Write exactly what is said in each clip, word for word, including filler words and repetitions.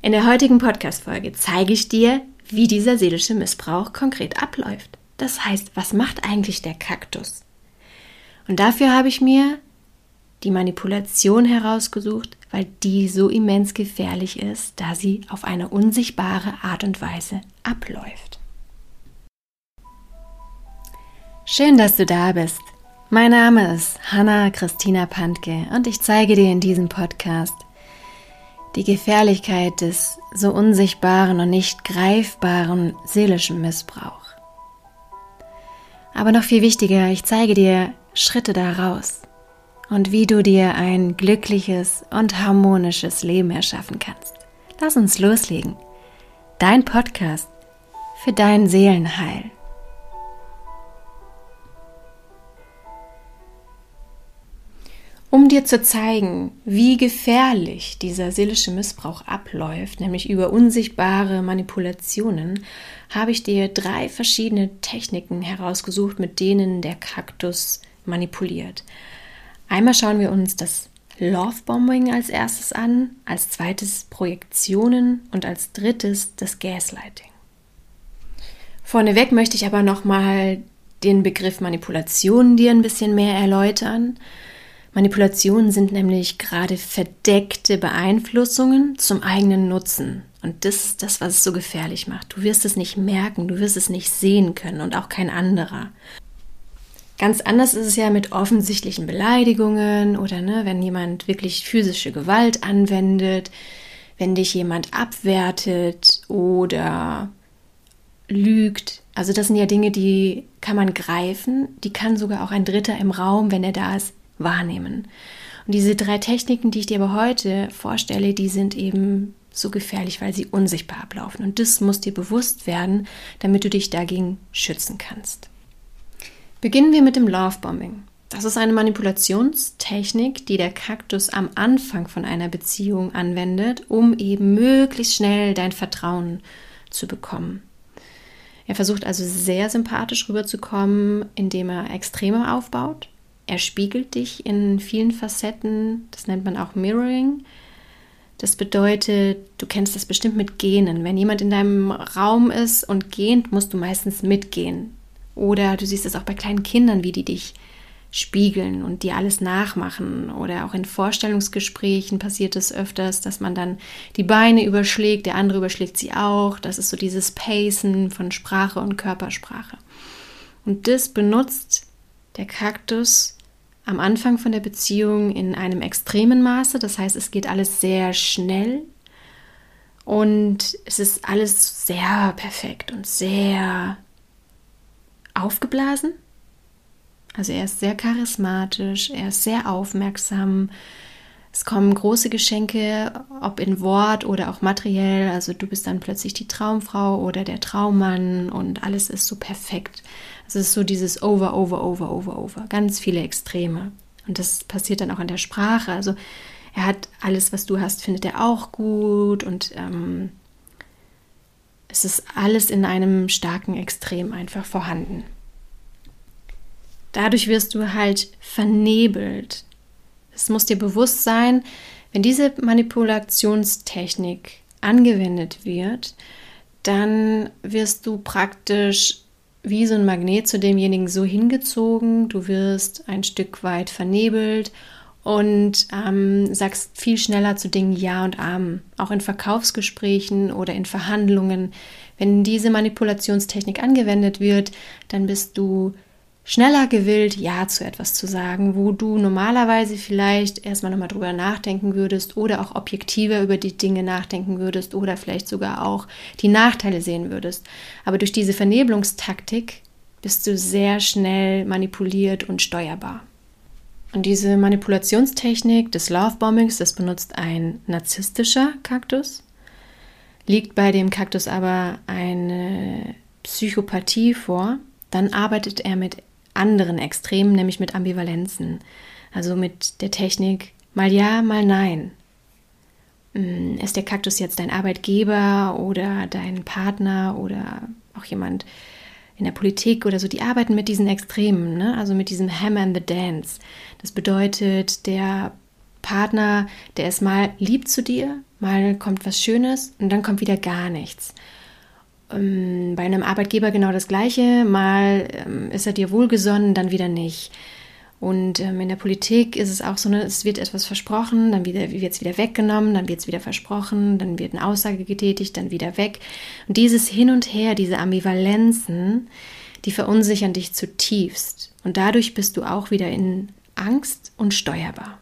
In der heutigen Podcast-Folge zeige ich dir, wie dieser seelische Missbrauch konkret abläuft. Das heißt, was macht eigentlich der Kaktus? Und dafür habe ich mir die Manipulation herausgesucht, weil die so immens gefährlich ist, da sie auf eine unsichtbare Art und Weise abläuft. Schön, dass du da bist. Mein Name ist Hanna Christina Pantke und ich zeige dir in diesem Podcast die Gefährlichkeit des so unsichtbaren und nicht greifbaren seelischen Missbrauchs. Aber noch viel wichtiger, ich zeige dir Schritte daraus und wie du dir ein glückliches und harmonisches Leben erschaffen kannst. Lass uns loslegen. Dein Podcast für dein Seelenheil. Um dir zu zeigen, wie gefährlich dieser seelische Missbrauch abläuft, nämlich über unsichtbare Manipulationen, habe ich dir drei verschiedene Techniken herausgesucht, mit denen der Kaktus manipuliert. Einmal schauen wir uns das Lovebombing als erstes an, als zweites Projektionen und als drittes das Gaslighting. Vorneweg möchte ich aber nochmal den Begriff Manipulation dir ein bisschen mehr erläutern. Manipulationen sind nämlich gerade verdeckte Beeinflussungen zum eigenen Nutzen. Und das ist das, was es so gefährlich macht. Du wirst es nicht merken, du wirst es nicht sehen können und auch kein anderer. Ganz anders ist es ja mit offensichtlichen Beleidigungen oder ne, wenn jemand wirklich physische Gewalt anwendet, wenn dich jemand abwertet oder lügt. Also das sind ja Dinge, die kann man greifen, die kann sogar auch ein Dritter im Raum, wenn er da ist, wahrnehmen. Und diese drei Techniken, die ich dir aber heute vorstelle, die sind eben so gefährlich, weil sie unsichtbar ablaufen. Und das muss dir bewusst werden, damit du dich dagegen schützen kannst. Beginnen wir mit dem Lovebombing. Das ist eine Manipulationstechnik, die der Kaktus am Anfang von einer Beziehung anwendet, um eben möglichst schnell dein Vertrauen zu bekommen. Er versucht also sehr sympathisch rüberzukommen, indem er Extreme aufbaut. Er spiegelt dich in vielen Facetten, das nennt man auch Mirroring. Das bedeutet, du kennst das bestimmt mit Gähnen. Wenn jemand in deinem Raum ist und gähnt, musst du meistens mitgehen. Oder du siehst es auch bei kleinen Kindern, wie die dich spiegeln und dir alles nachmachen. Oder auch in Vorstellungsgesprächen passiert es öfters, dass man dann die Beine überschlägt, der andere überschlägt sie auch. Das ist so dieses Pacen von Sprache und Körpersprache. Und das benutzt der Kaktus am Anfang von der Beziehung in einem extremen Maße. Das heißt, es geht alles sehr schnell und es ist alles sehr perfekt und sehr aufgeblasen. Also er ist sehr charismatisch, er ist sehr aufmerksam. Es kommen große Geschenke, ob in Wort oder auch materiell. Also du bist dann plötzlich die Traumfrau oder der Traummann und alles ist so perfekt. Es ist so dieses over, over, over, over, over. Ganz viele Extreme. Und das passiert dann auch in der Sprache. Also er hat alles, was du hast, findet er auch gut. Und ähm, es ist alles in einem starken Extrem einfach vorhanden. Dadurch wirst du halt vernebelt. Es muss dir bewusst sein, wenn diese Manipulationstechnik angewendet wird, dann wirst du praktisch wie so ein Magnet zu demjenigen so hingezogen, du wirst ein Stück weit vernebelt und ähm, sagst viel schneller zu Dingen Ja und Amen. Auch in Verkaufsgesprächen oder in Verhandlungen. Wenn diese Manipulationstechnik angewendet wird, dann bist du schneller gewillt, Ja zu etwas zu sagen, wo du normalerweise vielleicht erstmal nochmal drüber nachdenken würdest oder auch objektiver über die Dinge nachdenken würdest oder vielleicht sogar auch die Nachteile sehen würdest. Aber durch diese Vernebelungstaktik bist du sehr schnell manipuliert und steuerbar. Und diese Manipulationstechnik des Lovebombings, das benutzt ein narzisstischer Kaktus, liegt bei dem Kaktus aber eine Psychopathie vor, dann arbeitet er mit anderen Extremen, nämlich mit Ambivalenzen. Also mit der Technik mal ja, mal nein. Ist der Kaktus jetzt dein Arbeitgeber oder dein Partner oder auch jemand in der Politik oder so? Die arbeiten mit diesen Extremen, ne? Also mit diesem Hammer and the Dance. Das bedeutet, der Partner, der ist mal lieb zu dir Mal kommt was Schönes und dann kommt wieder gar nichts. Ähm, bei einem Arbeitgeber genau das Gleiche. Mal ähm, ist er dir wohlgesonnen, dann wieder nicht. Und ähm, in der Politik ist es auch so, ne, es wird etwas versprochen, dann wird es wieder weggenommen, dann wird es wieder versprochen, dann wird eine Aussage getätigt, dann wieder weg. Und dieses Hin und Her, diese Ambivalenzen, die verunsichern dich zutiefst. Und dadurch bist du auch wieder in Angst und steuerbar.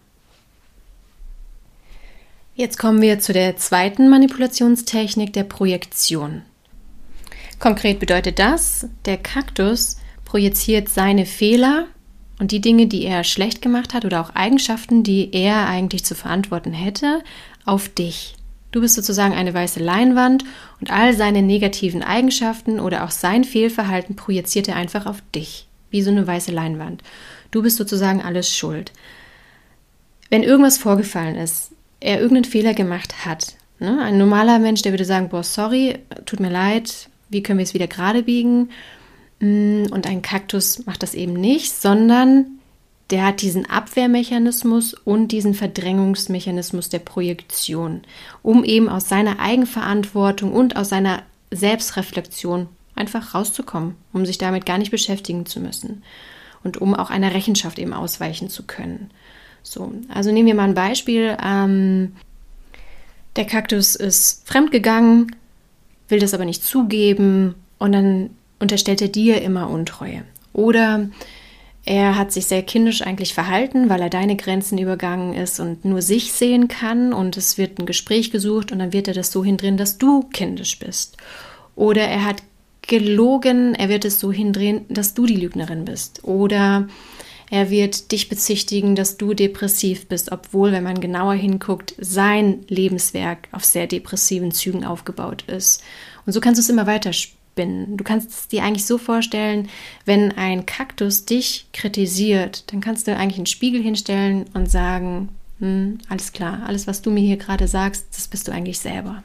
Jetzt kommen wir zu der zweiten Manipulationstechnik, der Projektion. Konkret bedeutet das, der Kaktus projiziert seine Fehler und die Dinge, die er schlecht gemacht hat oder auch Eigenschaften, die er eigentlich zu verantworten hätte, auf dich. Du bist sozusagen eine weiße Leinwand und all seine negativen Eigenschaften oder auch sein Fehlverhalten projiziert er einfach auf dich, wie so eine weiße Leinwand. Du bist sozusagen alles schuld. Wenn irgendwas vorgefallen ist, er irgendeinen Fehler gemacht hat, ne? Ein normaler Mensch, der würde sagen, boah, sorry, tut mir leid, wie können wir es wieder gerade biegen? Und ein Kaktus macht das eben nicht, sondern der hat diesen Abwehrmechanismus und diesen Verdrängungsmechanismus der Projektion, um eben aus seiner Eigenverantwortung und aus seiner Selbstreflexion einfach rauszukommen, um sich damit gar nicht beschäftigen zu müssen und um auch einer Rechenschaft eben ausweichen zu können. So, also nehmen wir mal ein Beispiel. Ähm, der Kaktus ist fremdgegangen, will das aber nicht zugeben und dann unterstellt er dir immer Untreue. Oder er hat sich sehr kindisch eigentlich verhalten, weil er deine Grenzen übergangen ist und nur sich sehen kann und es wird ein Gespräch gesucht und dann wird er das so hindrehen, dass du kindisch bist. Oder er hat gelogen, er wird es so hindrehen, dass du die Lügnerin bist. Oder er wird dich bezichtigen, dass du depressiv bist, obwohl, wenn man genauer hinguckt, sein Lebenswerk auf sehr depressiven Zügen aufgebaut ist. Und so kannst du es immer weiter spielen. Du kannst es dir eigentlich so vorstellen, wenn ein Kaktus dich kritisiert, dann kannst du eigentlich einen Spiegel hinstellen und sagen, hm, alles klar, alles, was du mir hier gerade sagst, das bist du eigentlich selber.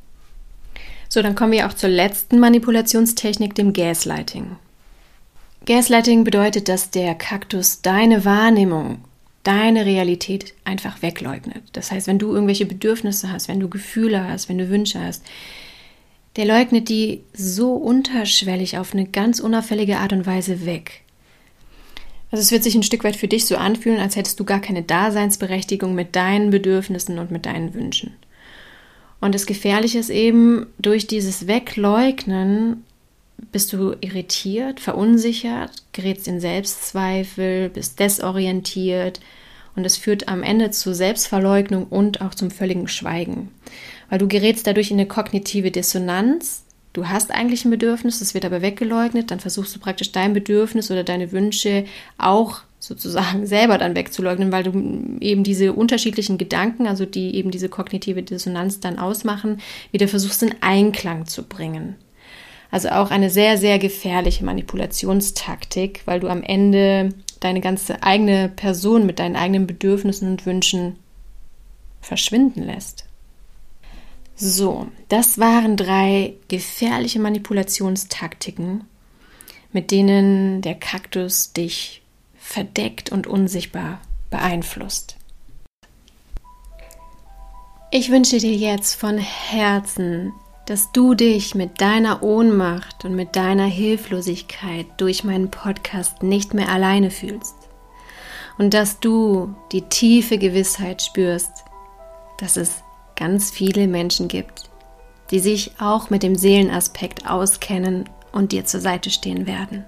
So, dann kommen wir auch zur letzten Manipulationstechnik, dem Gaslighting. Gaslighting bedeutet, dass der Kaktus deine Wahrnehmung, deine Realität einfach wegleugnet. Das heißt, wenn du irgendwelche Bedürfnisse hast, wenn du Gefühle hast, wenn du Wünsche hast, der leugnet die so unterschwellig auf eine ganz unauffällige Art und Weise weg. Also es wird sich ein Stück weit für dich so anfühlen, als hättest du gar keine Daseinsberechtigung mit deinen Bedürfnissen und mit deinen Wünschen. Und das Gefährliche ist eben, durch dieses Wegleugnen bist du irritiert, verunsichert, gerätst in Selbstzweifel, bist desorientiert und es führt am Ende zu Selbstverleugnung und auch zum völligen Schweigen. Weil du gerätst dadurch in eine kognitive Dissonanz. Du hast eigentlich ein Bedürfnis, das wird aber weggeleugnet. Dann versuchst du praktisch dein Bedürfnis oder deine Wünsche auch sozusagen selber dann wegzuleugnen, weil du eben diese unterschiedlichen Gedanken, also die eben diese kognitive Dissonanz dann ausmachen, wieder versuchst in Einklang zu bringen. Also auch eine sehr, sehr gefährliche Manipulationstaktik, weil du am Ende deine ganze eigene Person mit deinen eigenen Bedürfnissen und Wünschen verschwinden lässt. So, das waren drei gefährliche Manipulationstaktiken, mit denen der Kaktus dich verdeckt und unsichtbar beeinflusst. Ich wünsche dir jetzt von Herzen, dass du dich mit deiner Ohnmacht und mit deiner Hilflosigkeit durch meinen Podcast nicht mehr alleine fühlst und dass du die tiefe Gewissheit spürst, dass es ganz viele Menschen gibt, die sich auch mit dem Seelenaspekt auskennen und dir zur Seite stehen werden.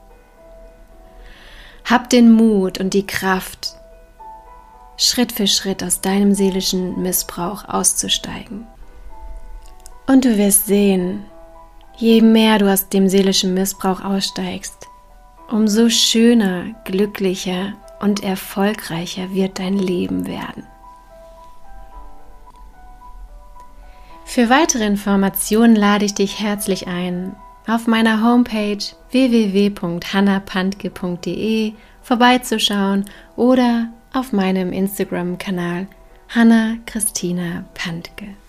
Hab den Mut und die Kraft, Schritt für Schritt aus deinem seelischen Missbrauch auszusteigen. Und du wirst sehen, je mehr du aus dem seelischen Missbrauch aussteigst, umso schöner, glücklicher und erfolgreicher wird dein Leben werden. Für weitere Informationen lade ich dich herzlich ein, auf meiner Homepage w w w punkt hanna pantke punkt d e vorbeizuschauen oder auf meinem Instagram-Kanal Hanna Christina Pantke.